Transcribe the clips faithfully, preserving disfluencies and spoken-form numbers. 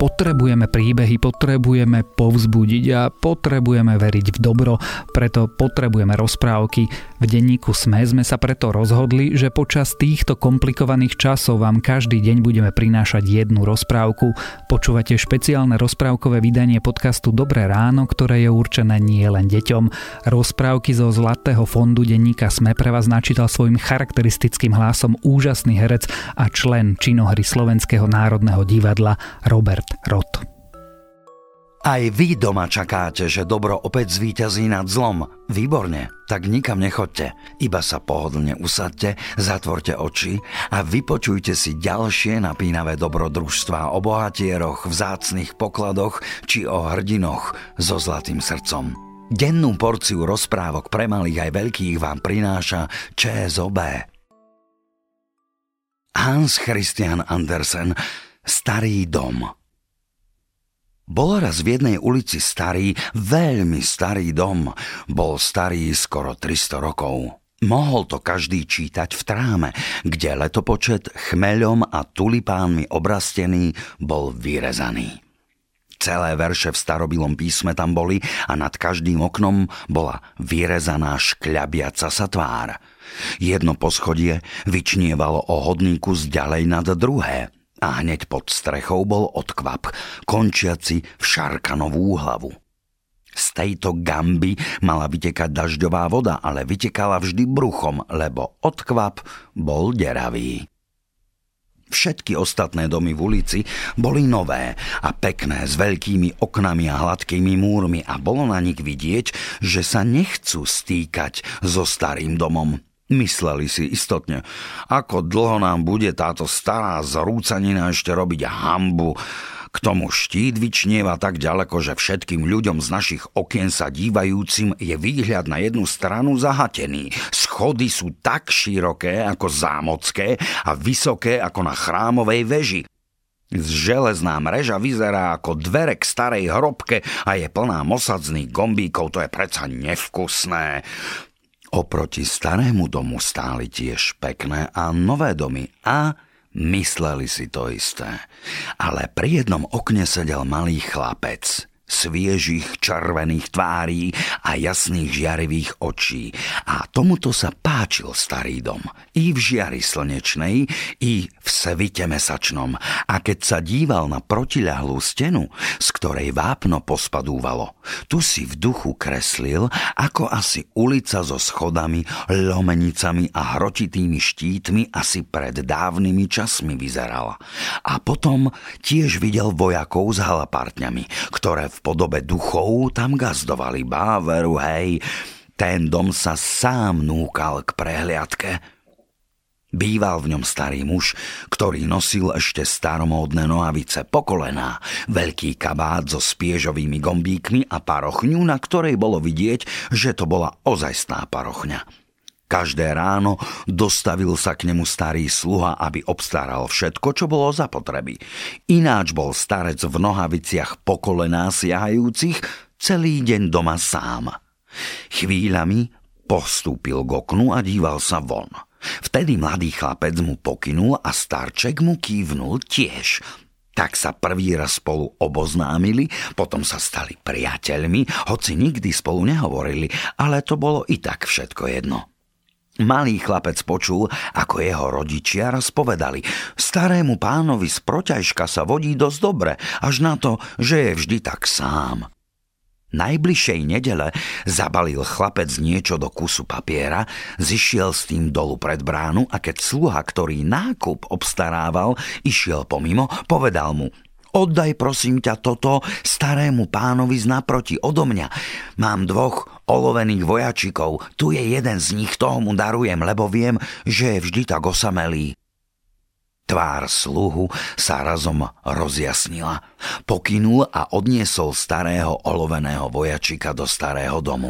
Potrebujeme príbehy, potrebujeme povzbudiť a potrebujeme veriť v dobro, preto potrebujeme rozprávky. V denníku SME sme sa preto rozhodli, že počas týchto komplikovaných časov vám každý deň budeme prinášať jednu rozprávku. Počúvate špeciálne rozprávkové vydanie podcastu Dobré ráno, ktoré je určené nie len deťom. Rozprávky zo zlatého fondu denníka SME pre vás načítal svojim charakteristickým hlasom úžasný herec a člen činohry Slovenského národného divadla Robert Rott. Aj vy doma čakáte, že dobro opäť zvíťazí nad zlom? Výborne, tak nikam nechoďte. Iba sa pohodlne usaďte, zatvorte oči a vypočujte si ďalšie napínavé dobrodružstvá o bohatieroch, vzácnych pokladoch či o hrdinoch so zlatým srdcom. Dennú porciu rozprávok pre malých aj veľkých vám prináša ČSOB. Hans Christian Andersen, Starý dom. Bol raz v jednej ulici starý, veľmi starý dom. Bol starý skoro tristo rokov. Mohol to každý čítať v tráme, kde letopočet chmeľom a tulipánmi obrastený bol vyrezaný. Celé verše v starobilom písme tam boli a nad každým oknom bola vyrezaná škľabiaca sa tvár. Jedno poschodie vyčnievalo o hodníku zďalej nad druhé. A hneď pod strechou bol odkvap, končiaci v šarkanovú hlavu. Z tejto gamby mala vytekať dažďová voda, ale vytekala vždy bruchom, lebo odkvap bol deravý. Všetky ostatné domy v ulici boli nové a pekné, s veľkými oknami a hladkými múrmi a bolo na nich vidieť, že sa nechcú stýkať so starým domom. Mysleli si istotne, ako dlho nám bude táto stará zrúcanina ešte robiť hanbu. K tomu štít vyčnieva tak ďaleko, že všetkým ľuďom z našich okien sa dívajúcim je výhľad na jednu stranu zahatený. Schody sú tak široké ako zámocké a vysoké ako na chrámovej veži. Železná mreža vyzerá ako dvere k starej hrobke a je plná mosadzných gombíkov, to je predsa nevkusné. Oproti starému domu stáli tiež pekné a nové domy a mysleli si to isté. Ale pri jednom okne sedel malý chlapec, sviežých červených tvárí a jasných žiarivých očí. A tomuto sa páčil starý dom. I v žiari slnečnej, i v svite mesačnom. A keď sa díval na protiľahlú stenu, z ktorej vápno pospadúvalo, tu si v duchu kreslil, ako asi ulica so schodami, lomenicami a hrotitými štítmi asi pred dávnymi časmi vyzerala. A potom tiež videl vojakov s halapartňami, ktoré v podobe duchov tam gazdovali. Báveru, hej, ten dom sa sám núkal k prehliadke. Býval v ňom starý muž, ktorý nosil ešte staromódne nohavice po kolená, veľký kabát so spiežovými gombíkmi a parochňu, na ktorej bolo vidieť, že to bola ozajstná parochňa. Každé ráno dostavil sa k nemu starý sluha, aby obstaral všetko, čo bolo zapotreby. Ináč bol starec v nohaviciach po kolená siahajúcich celý deň doma sám. Chvíľami postúpil k oknu a díval sa von. Vtedy mladý chlapec mu pokynul a starček mu kývnul tiež. Tak sa prvý raz spolu oboznámili, potom sa stali priateľmi, hoci nikdy spolu nehovorili, ale to bolo i tak všetko jedno. Malý chlapec počul, ako jeho rodičia raz povedali: starému pánovi z proťažka sa vodí dosť dobre, až na to, že je vždy tak sám. Najbližšej nedele zabalil chlapec niečo do kusu papiera, zišiel s tým dolu pred bránu a keď sluha, ktorý nákup obstarával, išiel pomimo, povedal mu: oddaj prosím ťa toto starému pánovi z naproti odo mňa. Mám dvoch olovených vojačikov, tu je jeden z nich, toho mu darujem, lebo viem, že je vždy tak osamelý. Tvár sluhu sa razom rozjasnila. Pokynul a odniesol starého oloveného vojačika do starého domu.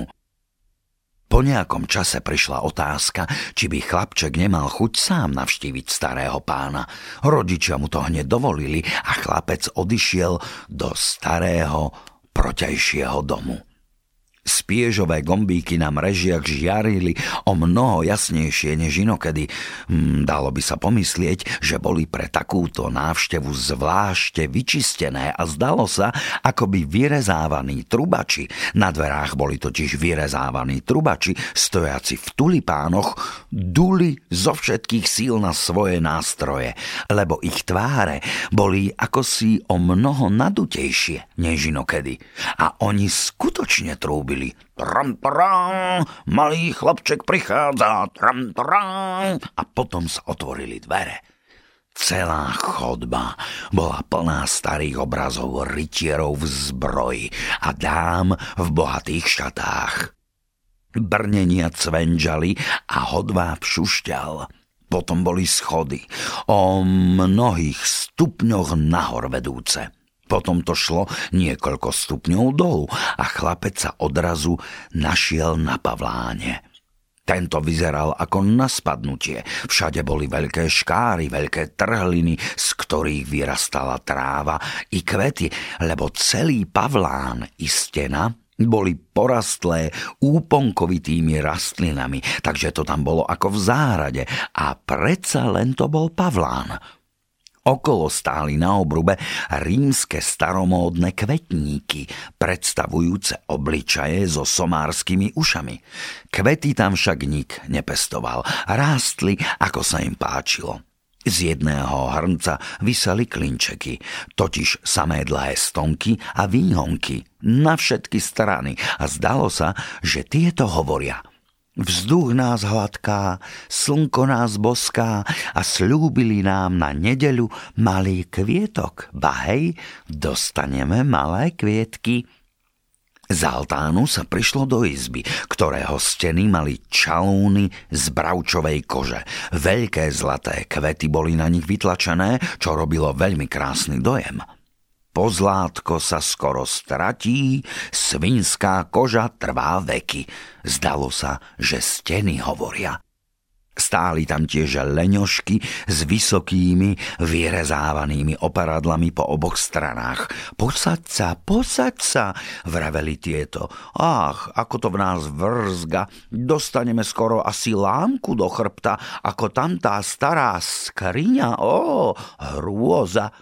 Po nejakom čase prišla otázka, či by chlapček nemal chuť sám navštíviť starého pána. Rodičia mu to hneď dovolili a chlapec odišiel do starého proťajšieho domu. Spiežové gombíky na mrežiach žiarili o mnoho jasnejšie než inokedy. Hm, dalo by sa pomyslieť, že boli pre takúto návštevu zvlášte vyčistené a zdalo sa, ako by vyrezávaní trubači. Na dverách boli totiž vyrezávaní trubači, stojaci v tulipánoch, duli zo všetkých síl na svoje nástroje, lebo ich tváre boli akosi o mnoho nadutejšie než inokedy. A oni skutočne trúbili. Tram, tram, malý chlapček prichádza, tram, tram, a potom sa otvorili dvere. Celá chodba bola plná starých obrazov rytierov v zbroji a dám v bohatých šatách. Brnenia cvenžali a hodváb šušťal. Potom boli schody o mnohých stupňoch nahor vedúce. Potom to šlo niekoľko stupňov dolu a chlapec sa odrazu našiel na pavláne. Tento vyzeral ako na spadnutie. Všade boli veľké škáry, veľké trhliny, z ktorých vyrastala tráva i kvety, lebo celý pavlán i stena boli porastlé úponkovitými rastlinami, takže to tam bolo ako v záhrade a predsa len to bol pavlán. Okolo stáli na obrube rímske staromódne kvetníky, predstavujúce obličaje so somárskymi ušami. Kvety tam však nik nepestoval, rástli, ako sa im páčilo. Z jedného hrnca viseli klinčeky, totiž samé dlhé stonky a výhonky na všetky strany a zdalo sa, že tieto hovoria: vzduch nás hladká, slnko nás boská a sľúbili nám na nedeľu malý kvietok. Ba hej, dostaneme malé kvietky. Z altánu sa prišlo do izby, ktorého steny mali čalúny z bravčovej kože. Veľké zlaté kvety boli na nich vytlačené, čo robilo veľmi krásny dojem. Pozlátko sa skoro stratí, svinská koža trvá veky. Zdalo sa, že steny hovoria. Stáli tam tiež leňošky s vysokými, vyrezávanými operadlami po oboch stranách. Posaď sa, posaď sa, vraveli tieto. Ach, ako to v nás vrzga, dostaneme skoro asi lámku do chrbta, ako tam tá stará skriňa, ó, hrôza.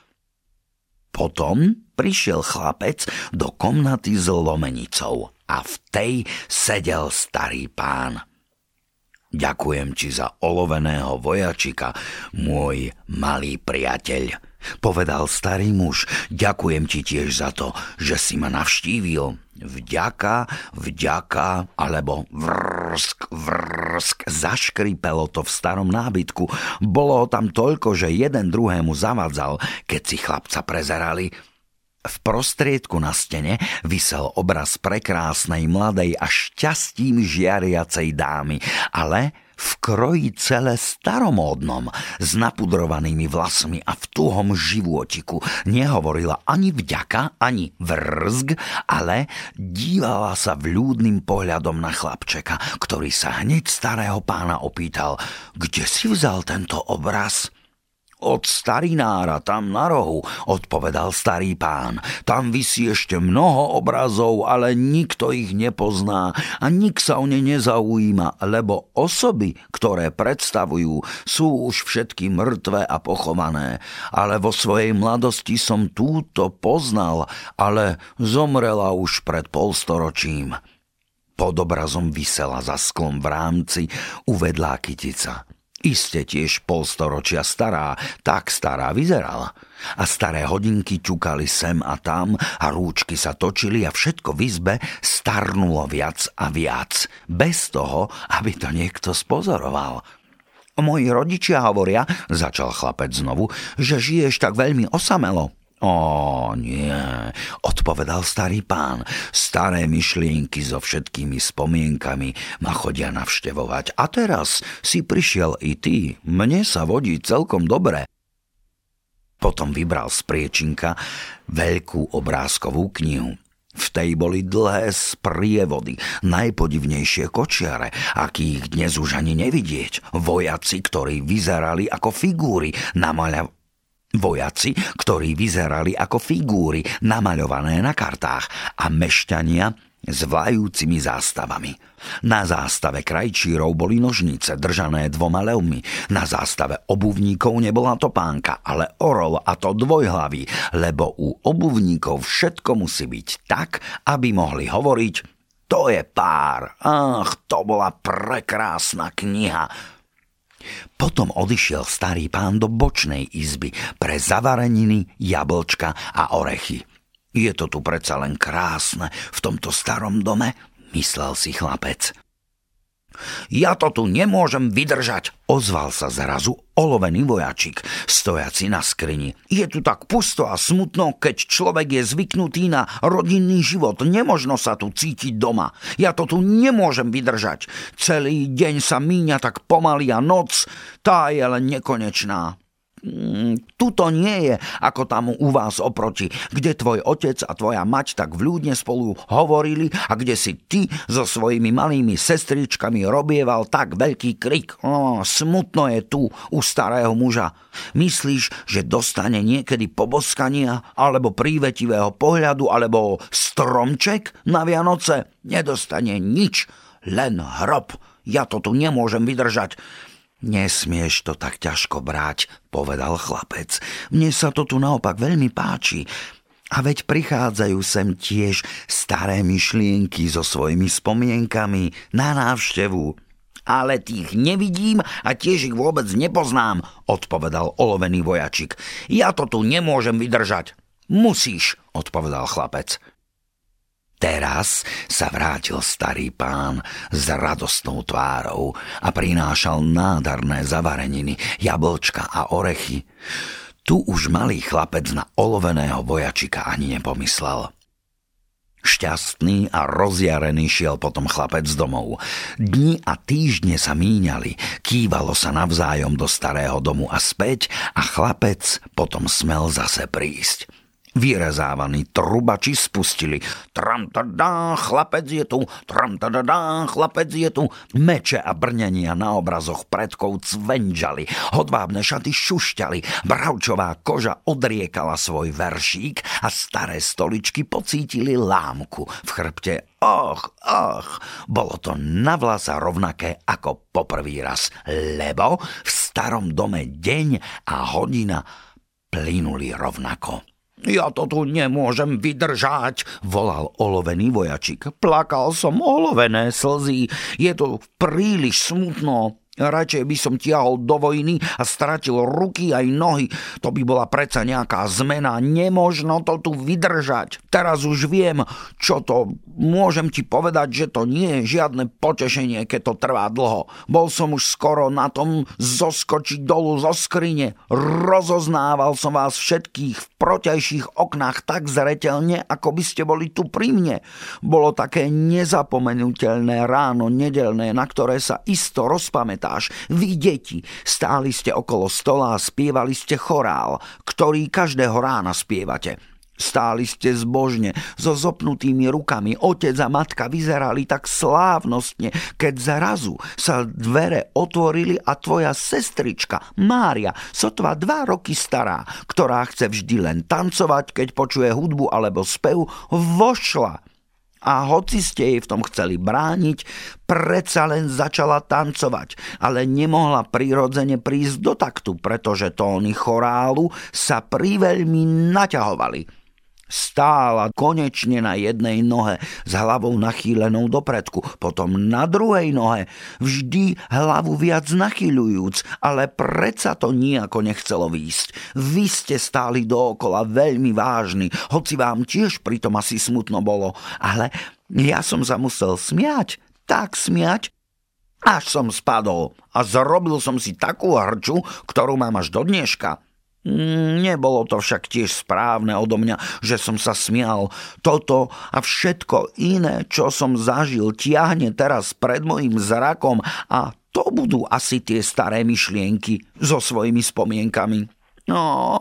Potom prišiel chlapec do komnaty s lomenicou a v tej sedel starý pán. Ďakujem ti za oloveného vojačika, môj malý priateľ, povedal starý muž. Ďakujem ti tiež za to, že si ma navštívil. Vďaka, vďaka, alebo vrsk, vrsk, zaškripelo to v starom nábytku. Bolo ho tam toľko, že jeden druhému zavadzal, keď si chlapca prezerali. V prostriedku na stene visel obraz prekrásnej, mladej a šťastím žiariacej dámy, ale v kroji celé staromódnom, s napudrovanými vlasmi a v tuhom životiku. Nehovorila ani vďaka, ani vrzg, ale dívala sa vľúdnym pohľadom na chlapčeka, ktorý sa hneď starého pána opýtal: kde si vzal tento obraz? Od starinára tam na rohu, odpovedal starý pán. Tam visí ešte mnoho obrazov, ale nikto ich nepozná a nik sa o ne nezaujíma, lebo osoby, ktoré predstavujú, sú už všetky mŕtve a pochované. Ale vo svojej mladosti som túto poznal, ale zomrela už pred polstoročím. Pod obrazom visela za sklom v rámci uvedlá kytica. Iste tiež polstoročia stará, tak stará vyzerala. A staré hodinky ťukali sem a tam a rúčky sa točili a všetko v izbe starnulo viac a viac, bez toho, aby to niekto spozoroval. Moji rodičia hovoria, začal chlapec znovu, že žiješ tak veľmi osamelo. Ó, nie, odpovedal starý pán. Staré myšlienky so všetkými spomienkami ma chodia navštevovať. A teraz si prišiel i ty. Mne sa vodí celkom dobre. Potom vybral z priečinka veľkú obrázkovú knihu. V tej boli dlhé sprievody, najpodivnejšie kočiare, akých dnes už ani nevidieť. Vojaci, ktorí vyzerali ako figúry namaľav... Vojaci, ktorí vyzerali ako figúry namaľované na kartách a mešťania, s vlajúcimi zástavami. Na zástave krajčírov boli nožnice držané dvoma levmi. Na zástave obuvníkov nebola topánka, ale orol, a to dvojhlavý, lebo u obuvníkov všetko musí byť tak, aby mohli hovoriť: to je pár. Ach, to bola prekrásna kniha. Potom odišiel starý pán do bočnej izby pre zavareniny, jablčka a orechy. Je to tu predsa len krásne v tomto starom dome, myslel si chlapec. Ja to tu nemôžem vydržať, ozval sa zrazu olovený vojačik, stojaci na skrini. Je tu tak pusto a smutno, keď človek je zvyknutý na rodinný život. Nemožno sa tu cítiť doma. Ja to tu nemôžem vydržať. Celý deň sa míňa tak pomaly a noc, tá je len nekonečná. Tuto nie je ako tam u vás oproti, kde tvoj otec a tvoja mať tak vľúdne spolu hovorili a kde si ty so svojimi malými sestričkami robieval tak veľký krik. Oh, smutno je tu u starého muža. Myslíš, že dostane niekedy poboskania alebo prívetivého pohľadu alebo stromček na Vianoce? Nedostane nič, len hrob. Ja to tu nemôžem vydržať. Nesmieš to tak ťažko brať, povedal chlapec. Mne sa to tu naopak veľmi páči. A veď prichádzajú sem tiež staré myšlienky so svojimi spomienkami na návštevu. Ale tých nevidím a tiež ich vôbec nepoznám, odpovedal olovený vojačik. Ja to tu nemôžem vydržať. Musíš, odpovedal chlapec. Teraz sa vrátil starý pán s radostnou tvárou a prinášal nádherné zavareniny, jablčka a orechy. Tu už malý chlapec na oloveného vojačika ani nepomyslel. Šťastný a rozjarený šiel potom chlapec domov. Dni a týždne sa míňali, kývalo sa navzájom do starého domu a späť a chlapec potom smel zase prísť. Vyrezávaní trubači spustili. Tram-tadá, chlapec je tu, tram-tadá, chlapec je tu. Meče a brnenia na obrazoch predkov cvenžali, hodvábne šaty šušťali, bravčová koža odriekala svoj veršík a staré stoličky pocítili lámku v chrbte. Och, och, bolo to na vlasa rovnaké ako poprvý raz, lebo v starom dome deň a hodina plynuli rovnako. Ja to tu nemôžem vydržať, volal olovený vojačik. Plakal som olovené slzy. Je to príliš smutno. Radšej by som tiahol do vojny a stratil ruky aj nohy. To by bola predsa nejaká zmena. Nemožno to tu vydržať. Teraz už viem, čo to. Môžem ti povedať, že to nie je žiadne potešenie, keď to trvá dlho. Bol som už skoro na tom zoskočiť dolu zo skrine. Rozoznával som vás všetkých v protiajších oknách tak zreteľne, ako by ste boli tu pri mne. Bolo také nezapomenuteľné ráno nedeľné, na ktoré sa isto rozpamätáš. Vy, deti, stáli ste okolo stola a spievali ste chorál, ktorý každého rána spievate. Stáli ste zbožne, so zopnutými rukami. Otec a matka vyzerali tak slávnostne, keď zrazu sa dvere otvorili a tvoja sestrička, Mária, sotva dva roky stará, ktorá chce vždy len tancovať, keď počuje hudbu alebo spev, vošla. A hoci ste jej v tom chceli brániť, predsa len začala tancovať, ale nemohla prirodzene prísť do taktu, pretože tóny chorálu sa priveľmi naťahovali. Stála konečne na jednej nohe s hlavou nachýlenou dopredku, potom na druhej nohe, vždy hlavu viac nachýľujúc, ale predsa to nijako nechcelo výjsť. Vy ste stáli dookola veľmi vážni, hoci vám tiež pritom asi smutno bolo, ale ja som sa musel smiať, tak smiať, až som spadol a zrobil som si takú hrču, ktorú mám až do dneška. Nebolo to však tiež správne odo mňa, že som sa smial. Toto a všetko iné, čo som zažil, tiahne teraz pred mojím zrakom a to budú asi tie staré myšlienky so svojimi spomienkami. No,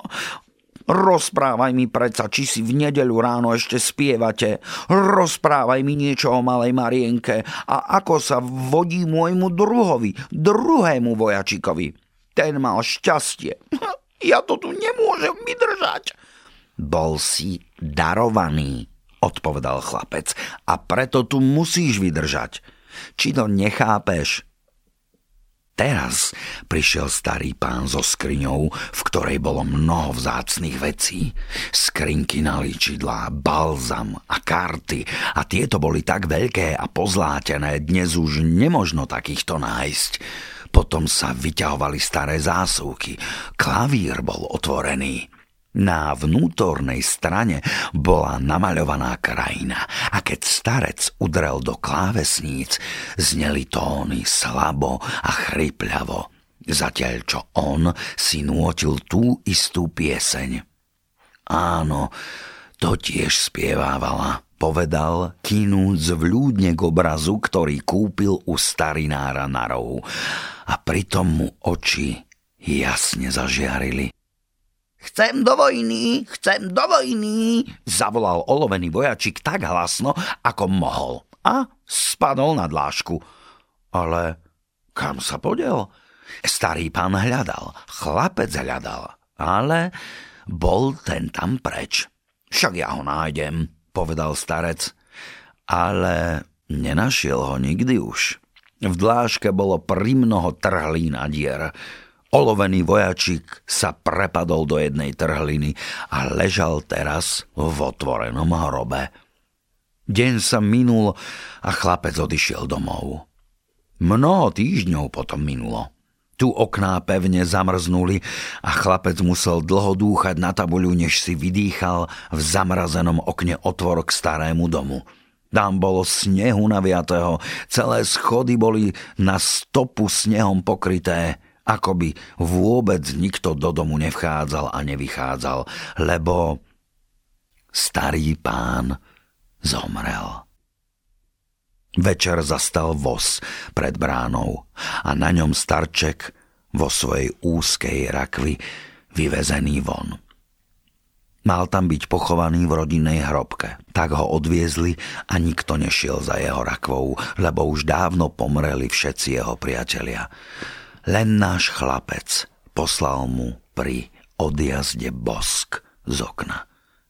rozprávaj mi predsa, či si v nedeľu ráno ešte spievate. Rozprávaj mi niečo o malej Marienke a ako sa vodí môjmu druhovi, druhému vojačikovi. Ten mal šťastie. Ja to tu nemôžem vydržať. Bol si darovaný, odpovedal chlapec. A preto tu musíš vydržať. Či to nechápeš? Teraz prišiel starý pán so skriňou, v ktorej bolo mnoho vzácnych vecí. Skrinky na líčidlá, balzam a karty. A tieto boli tak veľké a pozlátené, dnes už nemožno takýchto nájsť. Potom sa vyťahovali staré zásuvky. Klavír bol otvorený. Na vnútornej strane bola namaľovaná krajina a keď starec udrel do klávesníc, zneli tóny slabo a chrypľavo, zatiaľ čo on si nútil tú istú pieseň. Áno, to tiež spievávala, povedal, kýnúc vľúdne k obrazu, ktorý kúpil u starinára na rohu. A pritom mu oči jasne zažiarili. Chcem do vojny, chcem do vojny, zavolal olovený vojačik tak hlasno, ako mohol. A spadol na dlášku. Ale kam sa podiel? Starý pán hľadal, chlapec hľadal, ale bol ten tam preč. Však ja ho nájdem, povedal starec. Ale nenašiel ho nikdy už. V dláške bolo primnoho trhlín a dier. Olovený vojačik sa prepadol do jednej trhliny a ležal teraz v otvorenom hrobe. Deň sa minul a chlapec odišiel domov. Mnoho týždňov potom minulo. Tu okná pevne zamrznuli a chlapec musel dlho dúchať na tabuľu, než si vydýchal v zamrazenom okne otvor k starému domu. Tam bolo snehu naviatého, celé schody boli na stopu snehom pokryté, ako by vôbec nikto do domu nevchádzal a nevychádzal, lebo starý pán zomrel. Večer zastal voz pred bránou a na ňom starček vo svojej úzkej rakvi vyvezený von. Mal tam byť pochovaný v rodinnej hrobke. Tak ho odviezli a nikto nešiel za jeho rakvou, lebo už dávno pomreli všetci jeho priatelia. Len náš chlapec poslal mu pri odjazde bosk z okna.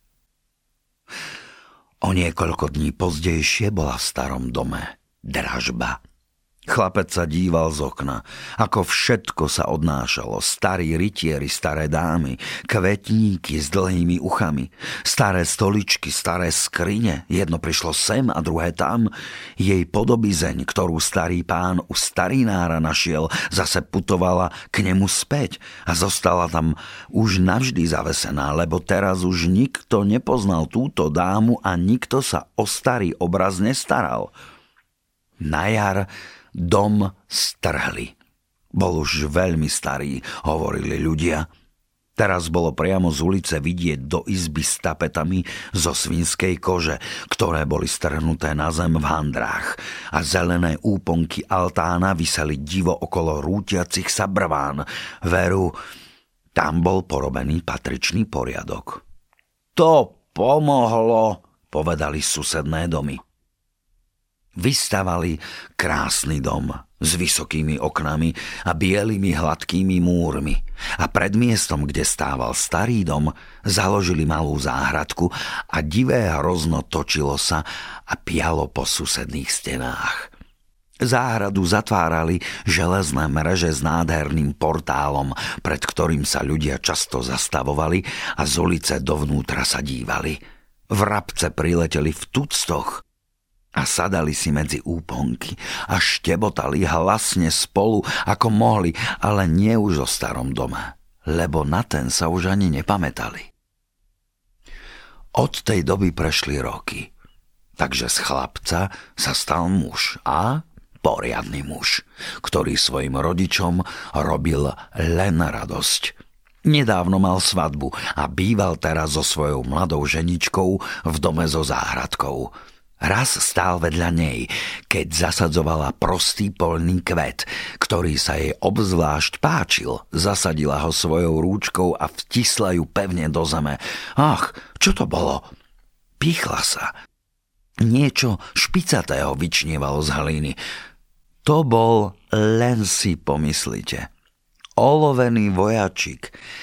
O niekoľko dní pozdejšie bola v starom dome dražba. Chlapec sa díval z okna, ako všetko sa odnášalo. Starí rytieri, staré dámy, kvetníky s dlhými uchami, staré stoličky, staré skrine. Jedno prišlo sem a druhé tam. Jej podobizeň, ktorú starý pán u starinára našiel, zase putovala k nemu späť a zostala tam už navždy zavesená, lebo teraz už nikto nepoznal túto dámu a nikto sa o starý obraz nestaral. Na jar dom strhli. Bol už veľmi starý, hovorili ľudia. Teraz bolo priamo z ulice vidieť do izby s tapetami zo svinskej kože, ktoré boli strhnuté na zem v handrách a zelené úponky altána viseli divo okolo rútiacich sa brván. Veru, tam bol porobený patričný poriadok. To pomohlo, povedali susedné domy. Vystavali krásny dom s vysokými oknami a bielými hladkými múrmi a pred miestom, kde stával starý dom, založili malú záhradku a divé hrozno točilo sa a pialo po susedných stenách. Záhradu zatvárali železné mreže s nádherným portálom, pred ktorým sa ľudia často zastavovali a z ulice dovnútra sa dívali. Vrabce prileteli v tuctoch a sadali si medzi úponky a štebotali hlasne spolu, ako mohli, ale nie už o starom dome, lebo na ten sa už ani nepamätali. Od tej doby prešli roky, takže z chlapca sa stal muž a poriadny muž, ktorý svojim rodičom robil len radosť. Nedávno mal svadbu a býval teraz so svojou mladou ženičkou v dome so záhradkou. Raz stál vedľa nej, keď zasadzovala prostý poľný kvet, ktorý sa jej obzvlášť páčil. Zasadila ho svojou rúčkou a vtisla ju pevne do zeme. Ach, čo to bolo? Píchla sa. Niečo špicatého vyčnievalo z hliny. To bol, len si pomyslite, olovený vojačik.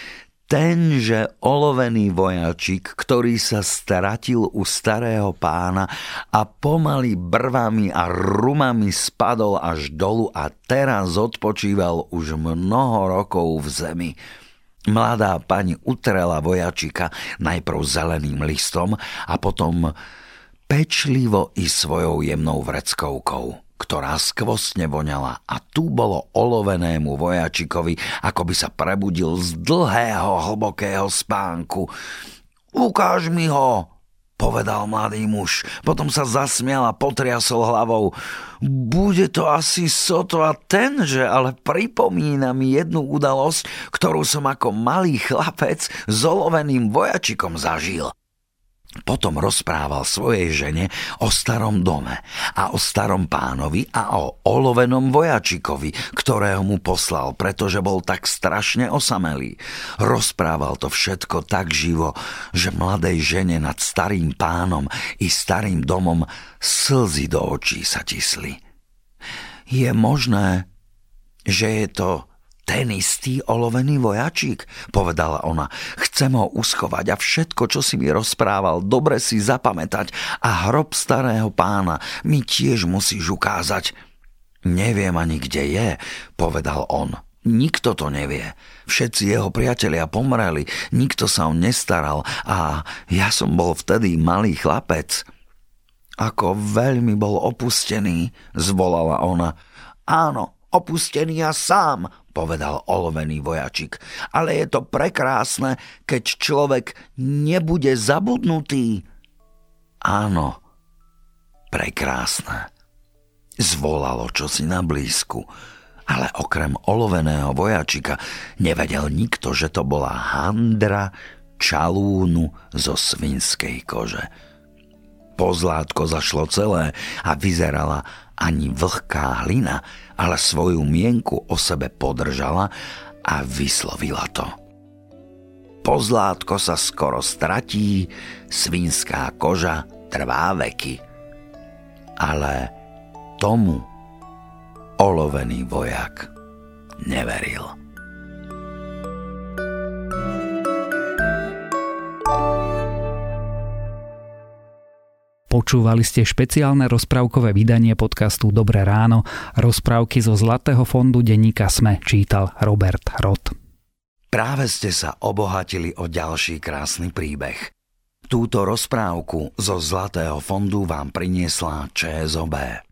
tenže olovený vojačik, ktorý sa stratil u starého pána a pomaly brvami a rumami spadol až dolu a teraz odpočíval už mnoho rokov v zemi. Mladá pani utrela vojačika najprv zeleným listom a potom pečlivo i svojou jemnou vreckovkou, ktorá skvostne voňala, a tu bolo olovenému vojačikovi, ako by sa prebudil z dlhého, hlbokého spánku. Ukáž mi ho, povedal mladý muž. Potom sa zasmial a potriasol hlavou. Bude to asi sotva tenže, ale pripomína mi jednu udalosť, ktorú som ako malý chlapec s oloveným vojačikom zažil. Potom rozprával svojej žene o starom dome a o starom pánovi a o olovenom vojačikovi, ktorého mu poslal, pretože bol tak strašne osamelý. Rozprával to všetko tak živo, že mladej žene nad starým pánom i starým domom slzy do očí sa tisli. Je možné, že je to ten istý olovený vojačík, povedala ona. Chcem ho uschovať a všetko, čo si mi rozprával, dobre si zapamätať a hrob starého pána mi tiež musíš ukázať. Neviem ani, kde je, povedal on. Nikto to nevie. Všetci jeho priatelia pomreli, nikto sa o nestaral a ja som bol vtedy malý chlapec. Ako veľmi bol opustený, zvolala ona. Áno, opustený ja sám, povedal olovený vojačik. Ale je to prekrásne, keď človek nebude zabudnutý. Áno, prekrásne, zvolalo čosi na blízku. Ale okrem oloveného vojačika nevedel nikto, že to bola handra čalúnu zo svinskej kože. Pozlátko zašlo celé a vyzerala ani vlhká hlina, ale svoju mienku o sebe podržala a vyslovila to. Pozlátko sa skoro stratí, svinská koža trvá veky. Ale tomu olovený vojak neveril. Počúvali ste špeciálne rozprávkové vydanie podcastu Dobré ráno. Rozprávky zo Zlatého fondu denníka SME čítal Robert Hrot. Práve ste sa obohatili o ďalší krásny príbeh. Túto rozprávku zo Zlatého fondu vám priniesla ČSOB.